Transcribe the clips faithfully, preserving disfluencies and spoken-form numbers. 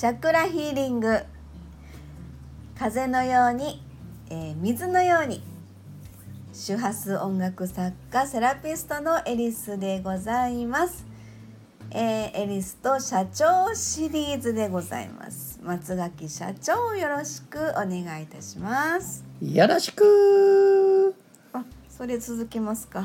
チャクラヒーリング、風のように、えー、水のように、周波数音楽作家セラピストのエリスでございます。えー、エリスと社長シリーズでございます。松垣社長、よろしくお願いいたします。 よろしく。 あ、それ続きますか。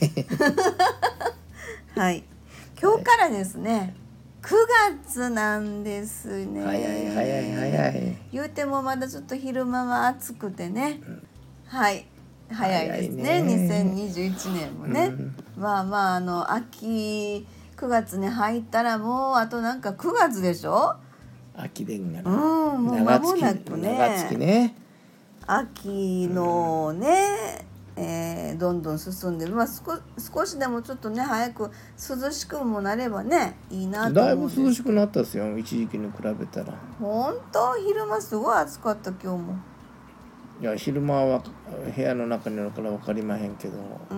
はい、今日からですね、くがつなんですね。 早い早い早い。 言うてもまだちょっと昼間は暑くてね、うん、はい早いですね。にせんにじゅういちねんもね、うん、まあまああの秋くがつに入ったらもうあとなんかくがつでしょ。 秋でんがな、 うん、もう間もなくね、 長月ね、 秋のね、うん、えー、どんどん進んで、まあ、少, 少しでもちょっとね早く涼しくもなればねいいなと思うんです。 だいぶ涼しくなったですよ、一時期に比べたら。 本当昼間すごい暑かった。今日もいや昼間は部屋の中にいるから分かりまへんけど、うん、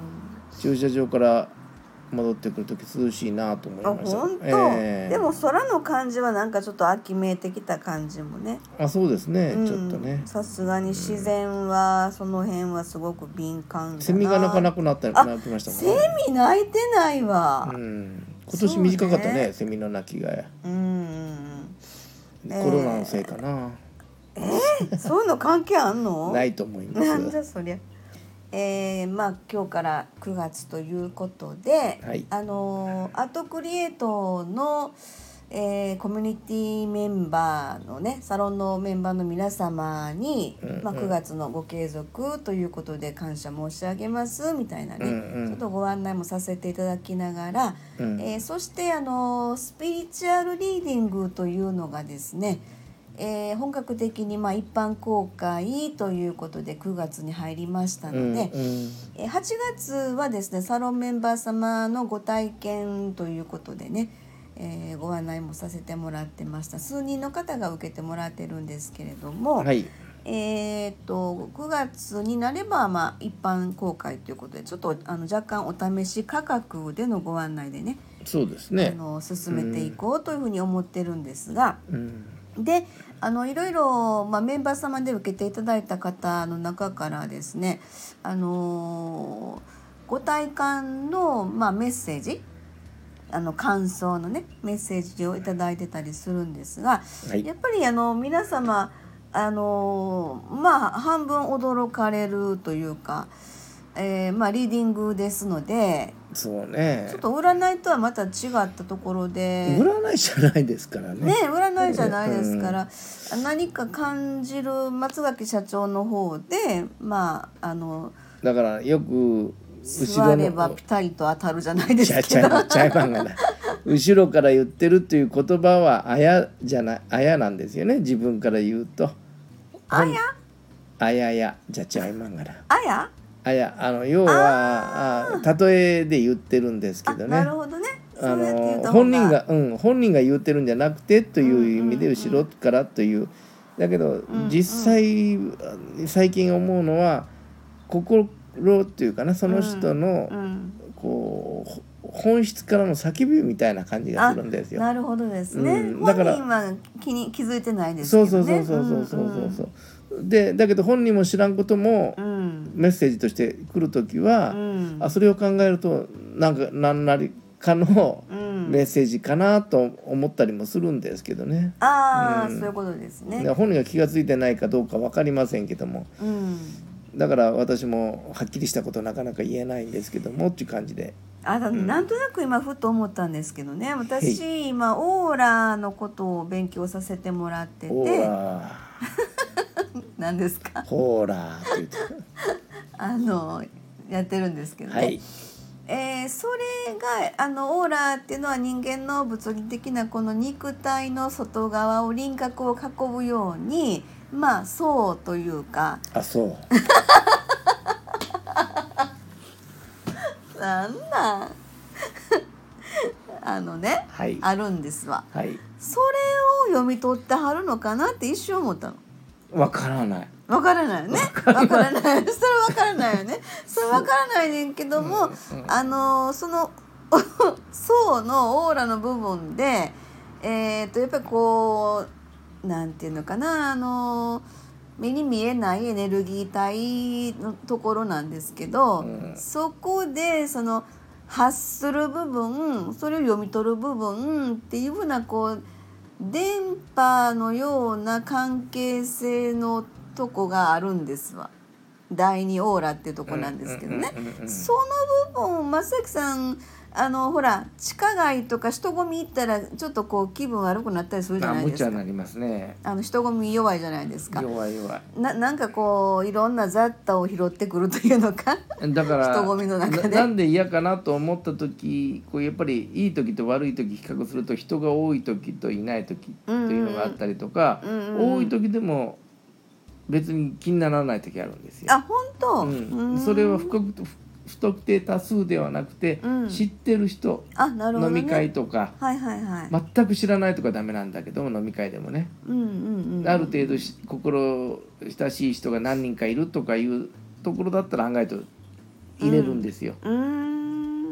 駐車場から戻ってくるとき涼しいなと思いました。 あ、本当、えー、でも空の感じはなんかちょっと秋めいてきた感じもね。 あ、そうですね、うん、ちょっとね。 さすがに自然は、その辺はすごく敏感だな。 セミが鳴かなくなったなってましたもんね。セミ鳴いてないわ。 うん、今年短かった ね, ねセミの鳴きが。うん、コロナのせいかな。 えー、えー、そういうの関係あんの？ ないと思います。 なんじゃそりゃ。えーまあ、今日からくがつということで、はい、あのアートクリエイトの、えー、コミュニティメンバーのねサロンのメンバーの皆様に、うんうん、まあ、くがつのご継続ということで感謝申し上げますみたいなね、うんうん、ちょっとご案内もさせていただきながら、うん、えー、そしてあのスピリチュアルリーディングというのがですね、えー、本格的にまあ一般公開ということでくがつに入りましたので、うんうん、えー、はちがつはですねサロンメンバー様のご体験ということでね、えー、ご案内もさせてもらってました。数人の方が受けてもらってるんですけれども、はい、えー、とくがつになればまあ一般公開ということでちょっとあの若干お試し価格でのご案内でね、 そうですね、 あの進めていこうというふうに思ってるんですが、うん、であのいろいろ、まあ、メンバー様で受けていただいた方の中からですね、あのー、ご体感の、まあ、メッセージ、あの感想のねメッセージをいただいてたりするんですが、はい、やっぱりあの皆様あのー、まあ半分驚かれるというか、えーまあ、リーディングですので、 そうね、 ちょっと占いとはまた違ったところで、 占いじゃないですからね。 ね、占いじゃないですから、うん、何か感じる松垣社長の方で、まああのだからよく後ろの座ればピタリと当たるじゃないですけど、 ちゃいまちゃいまんがな後ろから言ってるっていう言葉はあやじゃないあやなんですよね。自分から言うとあやあややじゃちゃいまんがなあやあやあの要はあ例えで言ってるんですけどね。 なるほどね。 あの本人が、うん、本人が言ってるんじゃなくてという意味で後ろからという、うんうんうん、だけど、うんうん、実際最近思うのは心っていうかな、その人の、うんうん、こう本質からの叫びみたいな感じがするんですよ。 なるほどですね、うん、だから本人は気に気づいてないですけどね。 そうそうそうそうそうそうそう、うん、でだけど本人も知らんことも、うん、メッセージとして来るときは、うん、あそれを考えるとなんか何なりかのメッセージかなと思ったりもするんですけどね。 ああ、うん、そういうことですね。 本人が気が付いてないかどうか分かりませんけども、うん、だから私もはっきりしたことなかなか言えないんですけどもっていう感じで。 あ、なんとなく今ふと思ったんですけどね、私今オーラのことを勉強させてもらってて。 オーラ何ですか？ ホーラーって言ってあのやってるんですけどね、はい、えー、それがあのオーラっていうのは人間の物理的なこの肉体の外側を輪郭を囲むように、まあ層というか、 あ、そうなんなんあのね、はい、あるんですわ、はい、それを読み取ってはるのかなって一瞬思ったの。 わからないわからないよね。わからない。それわからないよね。それわからないねんけども、うんうん、あのその層のオーラの部分でえー、とやっぱりこうなんていうのかなあの目に見えないエネルギー体のところなんですけど、うん、そこでその発する部分それを読み取る部分っていうふうなこう電波のような関係性のとこがあるんですわ。第二オーラっていうとこなんですけどね、その部分正樹さんあのほら地下街とか人混み行ったらちょっとこう気分悪くなったりするじゃないですか。 無茶になりますね。 あの人混み弱いじゃないですか。 弱い弱いな, なんかこういろんな雑多を拾ってくるというのかだから人混みの中でな, なんで嫌かなと思った時こうやっぱりいい時と悪い時比較すると人が多い時といない時というのがあったりとか、うんうん、多い時でも別に気にならない時あるんですよ。 あ、本当、 うん、それは不特不特定多数ではなくて、うん、知ってる人、 あ、なるほどね、 飲み会とか、 はいはいはい、 全く知らないとかダメなんだけども飲み会でもね、うんうんうん、ある程度心親しい人が何人かいるとかいうところだったら案外と入れるんですよ。うん、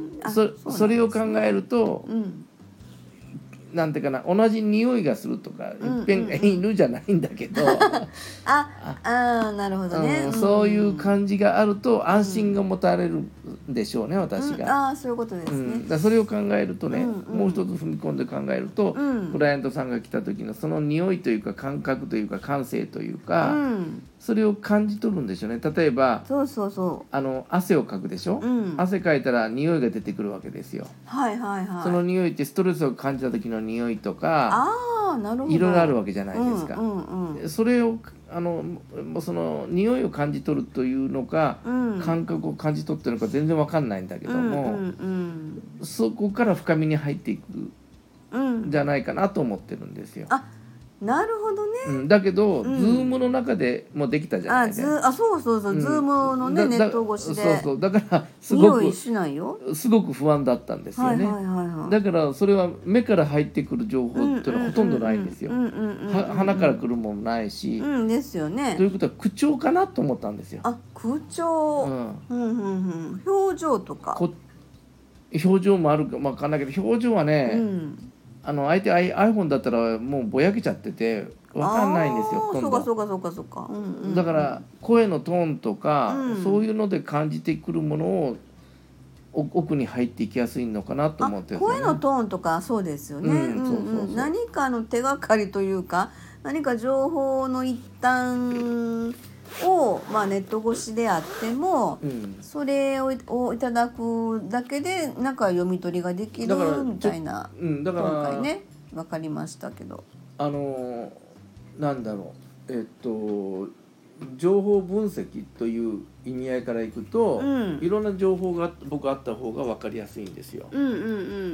うーん、 そ, そうなんですね、それを考えると、うん、なんていうかな同じ匂いがするとか、うんうんうん、いっぺん犬じゃないんだけどああ、なるほどね、 うん、そういう感じがあると安心が持たれるんでしょうね、私が、 うん、ああそういうことですね、うん、 だそれを考えるとね、うんうん、もう一つ踏み込んで考えると、うん、クライアントさんが来た時のその匂いというか感覚というか感性というか、うん、それを感じ取るんでしょうね。例えばそうそうそうあの汗をかくでしょ、うん、汗かいたら匂いが出てくるわけですよ。 はいはいはい。 その匂いってストレスを感じた時の匂いとか、 あー、なるほど、 いろいろあるわけじゃないですか、うんうんうん、それをあのその匂いを感じ取るというのか、うん、感覚を感じ取ってるのか全然分かんないんだけども、うんうんうん、そこから深みに入っていくんじゃないかなと思ってるんですよ。 あ、なるほどね、 うん、だけど、うん、ズームの中でもできたじゃないですか。 あ、そうそうそう、うん、ズームのねネット越しで、 そうそうだからすごく匂いしないよ、 すごく不安だったんですよね、はいはいはいはい、だからそれは目から入ってくる情報っていうのはほとんどないんですよ。鼻から来るものないし、 うん、ですよね。 ということは口調かなと思ったんですよ。 あ、口調、うんうんうんうん、表情とかこ表情もあるか分かんないけど表情はね、うん、あの相手 iPhone だったらもうぼやけちゃってて分かんないんですよ。ほとんど。 そうかそうかそうかそうか、うんうんうん、 だから声のトーンとか、うん、そういうので感じてくるものを奥に入っていきやすいのかなと思ってるんですよね。 声のトーンとかそうですよね、うんうんうん、そうそうそう、何かの手がかりというか何か情報の一端を、まあ、ネット越しであっても、うん、それをいただくだけでなんか読み取りができるみたいな、うん、だから今回ね分かりましたけど、 あのなんだろうえっと情報分析という意味合いからいくと、うん、いろんな情報が僕あった方が分かりやすいんですよ、うんうんうん、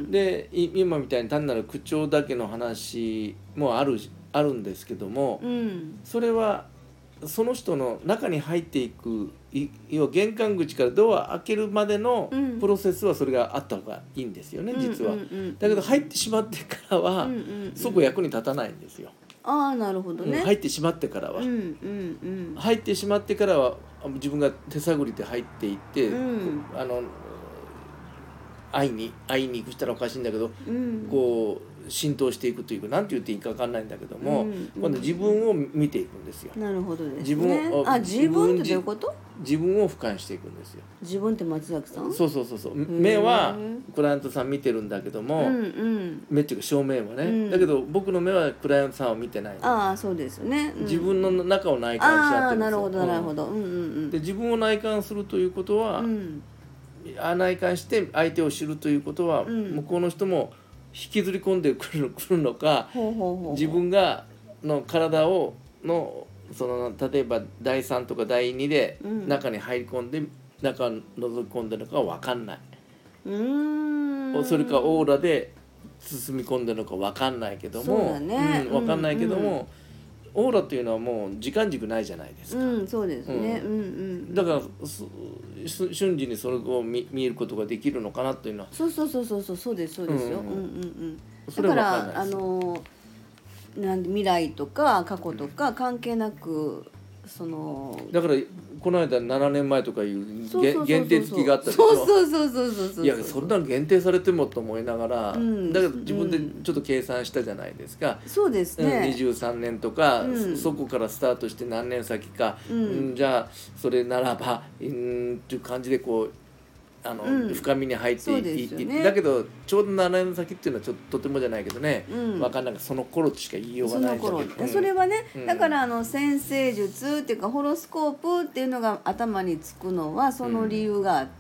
で今みたいに単なる口調だけの話もあるあるんですけども、うん、それはその人の中に入っていく要は玄関口からドア開けるまでのプロセスはそれがあった方がいいんですよね、うん、実は、うんうんうん、だけど入ってしまってからは、うんうんうん、そこ役に立たないんですよ。 ああ、なるほどね、 うん、入ってしまってからは、うんうんうん、入ってしまってからは自分が手探りで入っていって、うん、あの会いに会いに行くしたらおかしいんだけど、うん、こう浸透していくというか何て言っていいか分かんないんだけども、うんうん、今度自分を見ていくんですよ。 なるほどですね。 自分をあ自分ってどういうこと？ 自分を俯瞰していくんですよ。 自分って松崎さん？ そうそうそうそう。目はクライアントさん見てるんだけども、うんうん、目っていうか正面はね、うん、だけど僕の目はクライアントさんを見てない。 ああそうですよね、うん、 自分の中を内観しちゃってるんですよ。ああなるほどなるほど、うんうんうん、で自分を内観するということは、うん、内観して相手を知るということは、うん、向こうの人も引きずり込んでくる、くるのか、ほうほうほうほう、自分がの体をのその例えばだいさんとかだいにで中に入り込んで、うん、中を覗き込んでるのか分かんない。うーん、それかオーラで包み込んでるのか分かんないけども、そうだね、うん、分かんないけども、うんうん、オーラっていうのはもう時間軸ないじゃないですか、 うん、そうですね、うんうん、 だから瞬時にそれを 見, 見えることができるのかなというのは、 そうそうそうそうそうそうですそうですよ、うんうんうん、だからあのなんで未来とか過去とか関係なくそのだからこの間ななねんまえとかいう限定付きがあったでしょ。 そうそうそうそうそうそう。 いやそんなの限定されてもと思いながら、 うん、 だから自分でちょっと計算したじゃないですか。 そうですね、 うん、にじゅうさんねんとか、 うん、 そこからスタートして何年先か、 うんうん、じゃあそれならばうんっていう感じでこうあの、うん、深みに入っていって、ね、だけどちょうどななねん先っていうのはちょっととてもじゃないけどね、うん、分かんないその頃としか言いようがないんだけど、 その頃、うん、それはね、だからあの占星術っていうかホロスコープっていうのが頭につくのはその理由があって、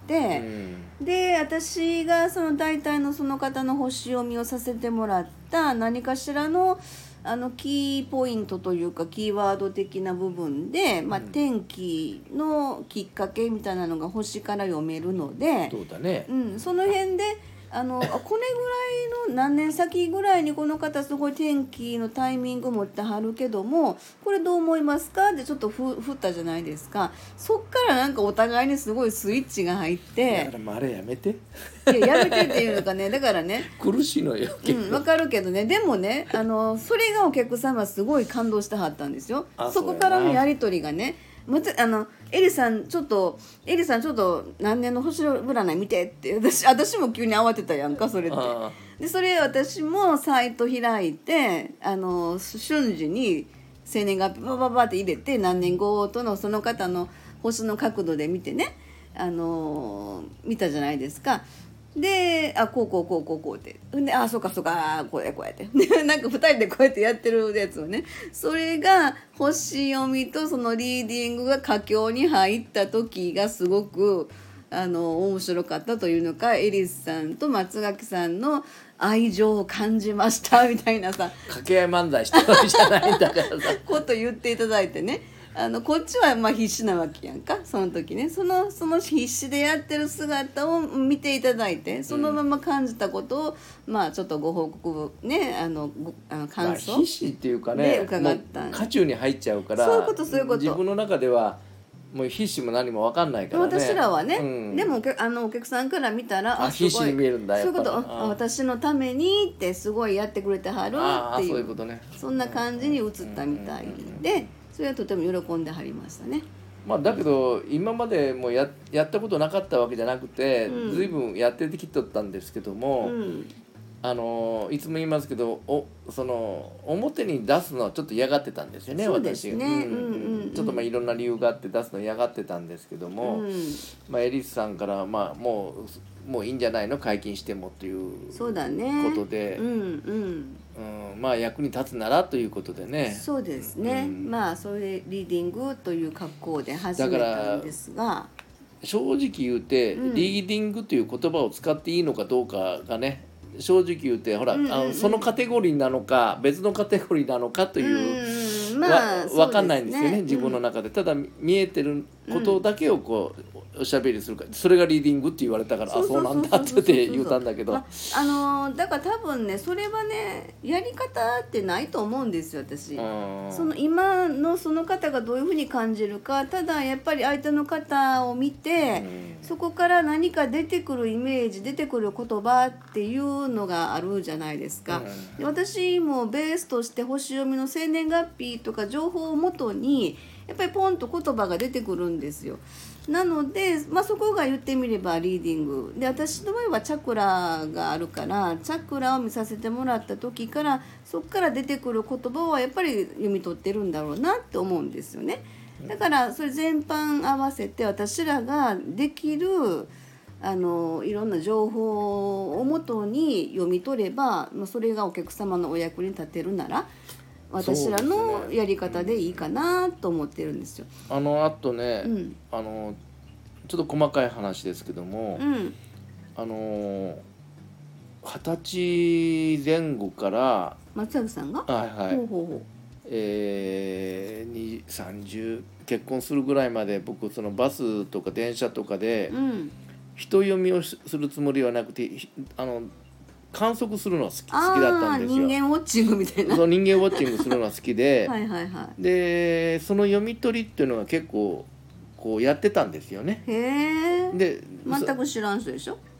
うん、で私がその大体のその方の星読みをさせてもらった何かしらのあのキーポイントというかキーワード的な部分で、まあ、天気のきっかけみたいなのが星から読めるので、 そうだね、 うん、その辺であのこれぐらいの何年先ぐらいにこの方すごい天気のタイミング持ってはるけどもこれどう思いますかってちょっとふ振ったじゃないですか。そっからなんかお互いにすごいスイッチが入ってだからもうあれやめていややめてっていうのかねだからね苦しいのようん、分かるけどねでもねあのそれがお客様すごい感動してはったんですよ。そこからのやり取りがねまたあのエリさんちょっとエリさんちょっと何年の星占い見てって私私も急に慌てたやんかそれってでそれ私もサイト開いてあの瞬時に生年月日バババって入れて何年後とのその方の星の角度で見てねあの見たじゃないですか。であこうこうこうこうこうってであそうかそうかこうやこうやってなんかふたりでこうやってやってるやつをねそれが星読みとそのリーディングが佳境に入った時がすごくあの面白かったというのかエリスさんと松垣さんの愛情を感じましたみたいなさ掛け合い漫才してるわけじゃないんだからさこと言っていただいてねあのこっちはまあ必死なわけやんかその時ねそのその必死でやってる姿を見ていただいてそのまま感じたことを、うん、まあちょっとご報告ねあのあの感想、 まあ、必死っていうかね伺った渦中に入っちゃうからそういうことそういうこと自分の中ではもう必死も何も分かんないからね私らはね、うん、でもあのお客さんから見たらあ必死に見えるんだそういうことあ私のためにってすごいやってくれてはるっていうそういうことねそんな感じに映ったみたいでそれはとても喜んではりましたね。 まあ、だけど今までも や, やったことなかったわけじゃなくて、うん、随分やってきとったんですけども、うん、あのいつも言いますけどおその表に出すのはちょっと嫌がってたんですよね私が、ちょっとまあいろんな理由があって出すの嫌がってたんですけども、うんまあ、エリスさんからまあもうもういいんじゃないの解禁してもっていうそうだねことで、 うんうんうん、まあ役に立つならということでねそうですね、うん、まあそれリーディングという格好で始めたんですが正直言うて、うん、リーディングという言葉を使っていいのかどうかがね正直言うてほら、うんうんうん、あのそのカテゴリーなのか別のカテゴリーなのかという、うんまあ、わ分かんないんですよね、自分の中でただ見えてることだけをこう、うん、おしゃべりするかそれがリーディングって言われたからあそうなんだって言ったんだけど、まあのー、だから多分ねそれはねやり方ってないと思うんですよ私その今のその方がどういうふうに感じるかただやっぱり相手の方を見て、うん、そこから何か出てくるイメージ出てくる言葉っていうのがあるじゃないですか、うん、で私もベースとして星読みの生年月日とか情報をもとにやっぱりポンと言葉が出てくるんですよ。なので、まあ、そこが言ってみればリーディングで私の場合はチャクラがあるからチャクラを見させてもらった時からそこから出てくる言葉はやっぱり読み取ってるんだろうなって思うんですよね。だからそれ全般合わせて私らができるあのいろんな情報をもとに読み取れば、まあ、それがお客様のお役に立てるなら私らのやり方でいいかなと思ってるんですよ。 あのあとね、うん、あのちょっと細かい話ですけども、うん、あの二十歳前後から松崎さんがはいはいほうほうほう、えー、さんじゅう結婚するぐらいまで僕そのバスとか電車とかで、うん、人読みをするつもりはなくてあの観測するのは好き、好きだったんですよ。 人間ウォッチングみたいな。 そう人間ウォッチングするのは好きではいはい、はい、 でその読み取りっていうのは結構こうやってたんですよね。 へえ。で全く知らん人でしょ。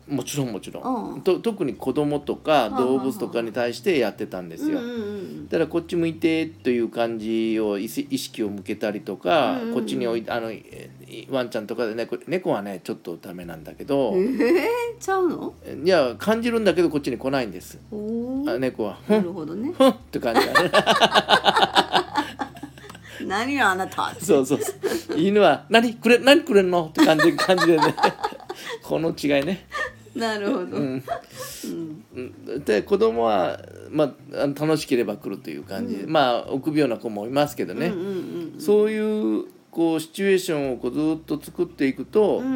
もちろんもちろん、 うん、 と特に子供とか動物とかに対してやってたんですよ、 うんうんうん、 だからこっち向いてという感じを意識を向けたりとか、うんうん、こっちにおいあのワンちゃんとかでね、猫はねちょっとダメなんだけど、 えー、ちゃうの？ いや感じるんだけどこっちに来ないんです。あ猫はなるほどね、 ふんって感じだね何よあなたそうそうそう、犬は何くれ何くれんのって感じ感じでねこの違いね。 なるほど、うんうん、で子供はまあ楽しければ来るという感じで、うん、まあ臆病な子もいますけどね、うんうんうんうん、そういうこうシチュエーションをこうずっと作っていくと、うん、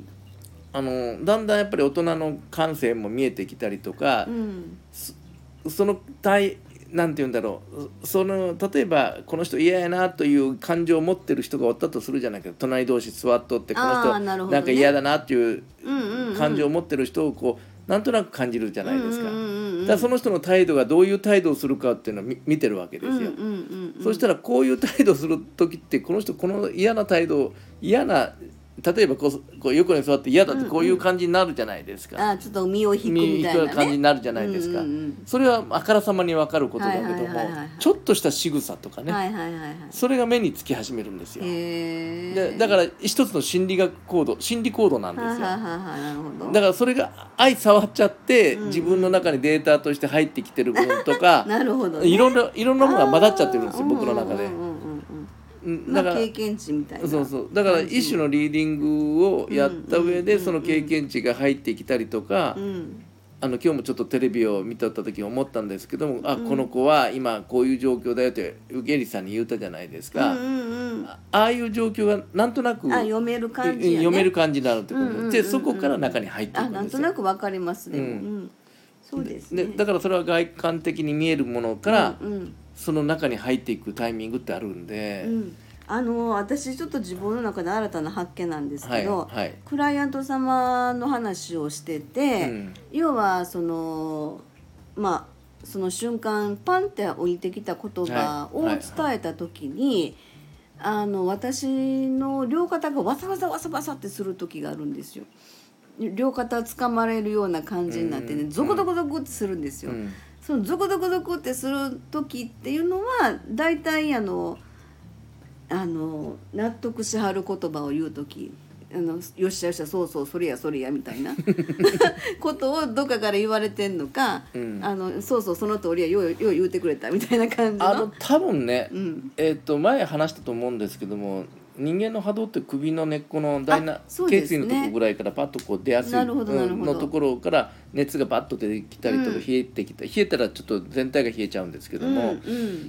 あのだんだんやっぱり大人の感性も見えてきたりとか、うん、そ, その対なんて言うんだろう、その例えばこの人嫌やなという感情を持ってる人がおったとするじゃないか、隣同士座っとってこの人な、ね、なんか嫌だなっていう感情を持ってる人をこうなんとなく感じるじゃないですか。だからその人の態度がどういう態度をするかっていうのを 見, 見てるわけですよ。そしたらこういう態度をする時ってこの人この嫌な態度嫌な例えばこう、こう横に座って嫌だってこういう感じになるじゃないですか、 うんうん、あちょっと身を引くみたいな、ね、 感じになるじゃないですか、うんうんうん、それはあからさまに分かることだけども、はいはいはいはい、ちょっとした仕草とかね、はいはいはいはい、それが目につき始めるんですよ。へでだから一つの心理学行動心理行動なんですよ、はいはいはい、なるほど。だからそれが相触っちゃって、うんうん、自分の中にデータとして入ってきてる部分とかなるほど、ね、 いろんないろんなものが混ざっちゃってるんですよ僕の中で、うんうんうんだから、まあ、経験値みたいな。 そうそうだから一種のリーディングをやった上でその経験値が入ってきたりとか、うん、あの今日もちょっとテレビを見とった時思ったんですけども、うん、あこの子は今こういう状況だよってゲリさんに言ったじゃないですか、うんうんうん、ああいう状況がなんとなくあ読める感じやね、 読める感じになるってことで、うんうんうんうん、そこから中に入っていくんですよ。 あなんとなくわかりますね、うんうん、そうですね。 でだからそれは外観的に見えるものから、うんうん、その中に入っていくタイミングってあるんで、うんあの私ちょっと自分の中で新たな発見なんですけど、 はいはい、 クライアント様の話をしてて、うん、要はそのまあその瞬間パンって降りてきた言葉を伝えた時に、はいはいはい、あの私の両肩がわさわさわさわさってする時があるんですよ。両肩掴まれるような感じになってね、うん、ゾクゾクゾクってするんですよ、うん、そのゾクゾクゾクってする時っていうのはだいたいあのあの納得しはる言葉を言うときあのよっしゃよっしゃそうそうそれやそれやみたいなことをどっかから言われてんのか、うん、あのそうそうその通りやようよう言うてくれたみたいな感じのあの多分ね、うんえー、と前話したと思うんですけども人間の波動って首の根っこの大な頸椎のところぐらいからパッとこう出やすいのところから熱がパッと出てきたりとか冷えてきた、うん、冷えたらちょっと全体が冷えちゃうんですけども、うんうん、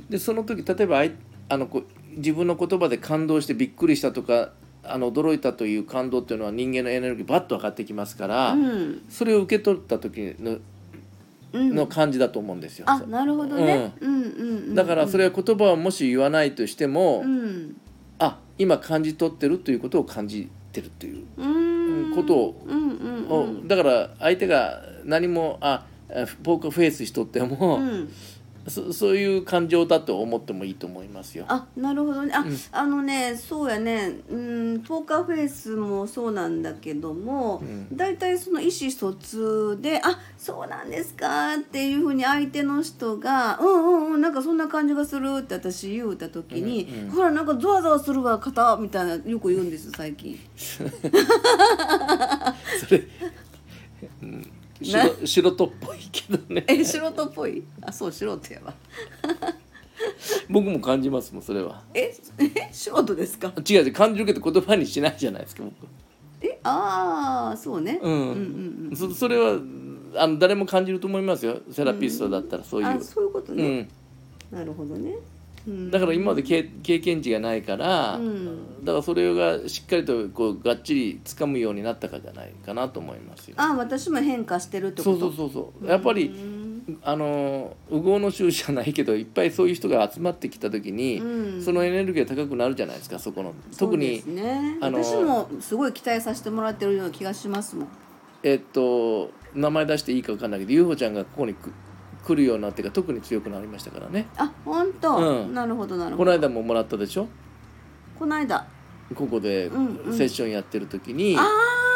でその時例えばあのこう自分の言葉で感動してびっくりしたとかあの驚いたという感動っていうのは人間のエネルギーバッと上がってきますから、うん、それを受け取った時の、うん、の感じだと思うんですよ。 あなるほどね、うんうんうんうん、 だからそれは言葉をもし言わないとしても、うん、あ今感じ取ってるということを感じてるということを、うんうんうん、だから相手が何もあポーカーフェイスしとっても、うんそ, そういう感情だと思ってもいいと思いますよ。 あなるほどね。あ、うん、あのねそうやね、うん、ポーカーフェイスもそうなんだけども、うん、だいたいその意思疎通であそうなんですかっていうふうに相手の人がうんうんうんなんかそんな感じがするって私言うた時に、うんうん、ほらなんかゾワゾワするわ肩みたいなよく言うんです最近。それ、うん素人っぽいけどね。 え素人っぽい？あそう素人やわ。 僕も感じますもんそれは。 ええ素人ですか？ 違う違う感じるけど言葉にしないじゃないですか僕。 えああそうね。うんうんうんうん。そ, それはあの誰も感じると思いますよセラピストだったらそういう。 うん、あそういうことね。うん、なるほどね。 だから今まで 経, 経験値がないから、うん、だからそれがしっかりとこうがっちり掴むようになったかじゃないかなと思いますよ。 あ私も変化してるってこと？ そうそうそうそうやっぱり、うん、あの右往の衆じゃないけどいっぱいそういう人が集まってきた時に、うん、そのエネルギーが高くなるじゃないですかそこの特にそうですね、あの私もすごい期待させてもらってるような気がしますもん。 えっと名前出していいか分かんないけど ユーフォ ちゃんがここにく来るようになってから特に強くなりましたからね。 あ本当、うん、なるほどなるほど。 この間ももらったでしょ。 この間ここでセッションやってる時に、 うんうん、あ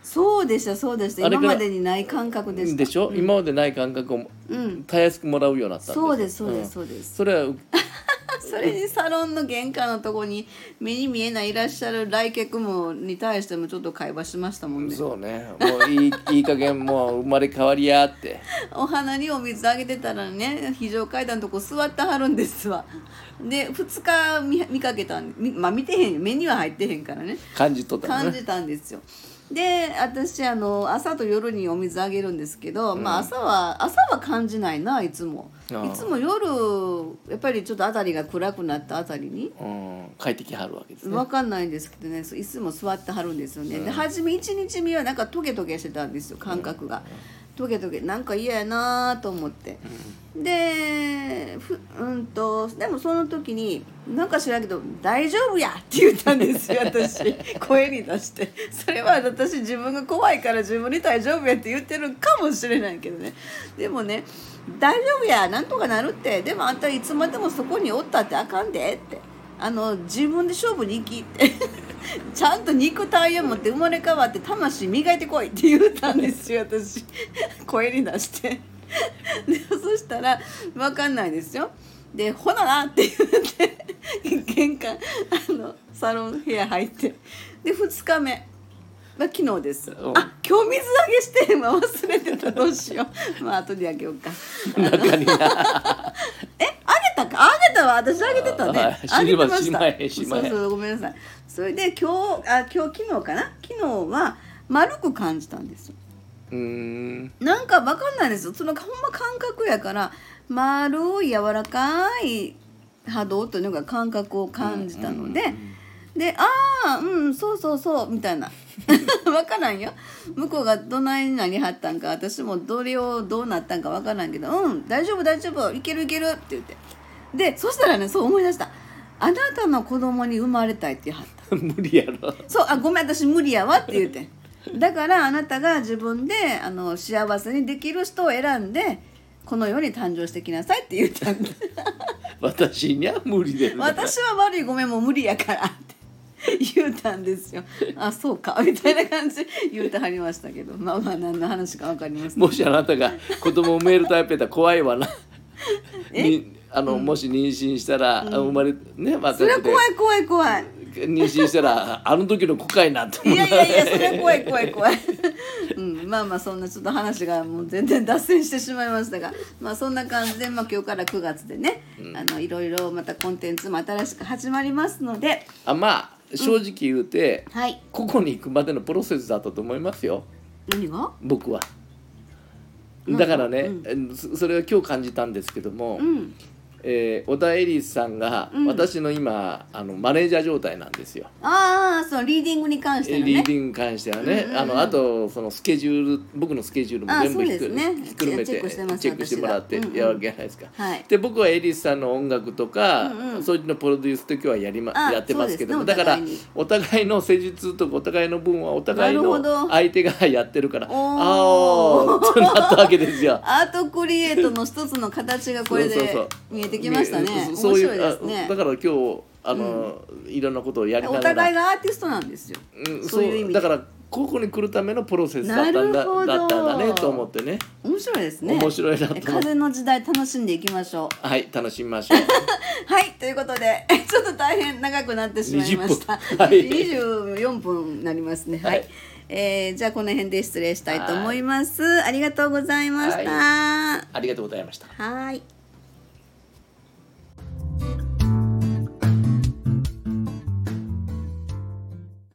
そうでしたそうでした。今までにない感覚でした。 でしょ、うん、今までない感覚をたやすくもらうようになったんですよ。 そうですそうですそうです、うん、 それはそれにサロンの玄関のとこに目に見えないいらっしゃる来客もに対してもちょっと会話しましたもんね。 そうね、もういいいい加減もう生まれ変わりやってお花にお水あげてたらね、非常階段のとこ座ってはるんですわ。でふつか 見, 見かけたんまあ見てへんよ、目には入ってへんからね、 感じとった、 ね、感じたんですよ。で私あの朝と夜にお水あげるんですけど、うん、まあ朝は朝は感じないないつもいつも夜やっぱりちょっと辺りが暗くなったあたりに、 うん、帰ってきはるわけですね。 分かんないんですけどね、いつも座ってはるんですよね、うん、で初めいちにちめはなんかトゲトゲしてたんですよ、感覚が、うん、トゲトゲなんか嫌やなと思って、うん、でふうんとでもその時になんか知らんけど大丈夫やって言ったんですよ私声に出して。それは私自分が怖いから自分に大丈夫やって言ってるかもしれないけどね、でもね大丈夫やなんとかなるって、でもあんたいつまでもそこにおったってあかんでって、あの自分で勝負に行きってちゃんと肉体を持って生まれ変わって魂磨いてこいって言ったんですよ私声に出してでそしたら分かんないですよ。でほななって言って玄関あのサロン部屋入って、でふつかめまあ、昨日です。あ、今日水揚げして忘れてた、どうしようまあ後であげようか中になえ、あげたか、あげたわ、私あげてたね、 あげてました。 そうそうごめんなさい。それで今日あ今日昨日かな、昨日は丸く感じたんですよ。 うーんなんか分かんないですよ、そのほんま感覚やから、丸い柔らかい波動というのが感覚を感じたので、うんうんうん、でああうんそうそうそうみたいな分からんよ、向こうがどないになりはったんか私もどれをどうなったんか分からんけど、うん大丈夫大丈夫いけるいけるって言って、でそしたらね、そう思い出した、あなたの子供に生まれたいって言いはった無理やろ。 そう、あごめん私無理やわって言ってだからあなたが自分であの幸せにできる人を選んでこの世に誕生してきなさいって言ったんで私には無理です、 私は悪いごめんもう無理やからって言うたんですよ。あそうかみたいな感じで言うてはりましたけど、まあまあ何の話か分かります、ね、 もしあなたが子供を産めるタイプやったら怖いわなにあの、うん、もし妊娠したら、うん、生まれね、まあ、 それは怖い怖い怖い妊娠したらあの時の子かいなと思う。 いやいやいやそれは怖い怖い怖い、うん、まあまあそんなちょっと話がもう全然脱線してしまいましたが、まあそんな感じで、まあ、今日からくがつでね、うん、あのいろいろまたコンテンツも新しく始まりますので、 あまあ正直言うて、 うんはい、 ここに行くまでのプロセスだったと思いますよ。 何が？ 僕はだからね、うん、それを今日感じたんですけども、うんえー、小田エリスさんが私の今、うん、あのマネージャー状態なんですよ。 ああ、そのリーディングに関してはね。 リーディングに関してはね、うんうんうん、あのあとそのスケジュール、僕のスケジュールも全部ひっくる、ね、ひっくるめてチェックしてもらってやるわけじゃないですか。うんうんはい、で僕はエリスさんの音楽とか、うんうん、そういうのプロデュースと今日はやり、ま、やってますけども、ね、だからお互いの施術とかお互いの分はお互いの相手がやってるから、ああとなったわけですよ。 アートクリエイトの一つの形がこれで見えてきましたね。そういう、ね、 だから今日あの、うん、いろんなことをやりながらお互いがアーティストなんですよ、 うん、そういう意味だからここに来るためのプロセスだったんだ、だったんだねと思ってね。 面白いですね。 面白いなと思って、 風の時代楽しんでいきましょう。はい楽しみましょうはいということでちょっと大変長くなってしまいました。 はい、 にじゅうよんぷんになりますね。はい、はいえー、じゃあこの辺で失礼したいと思います。ありがとうございました。 ありがとうございました。 はい。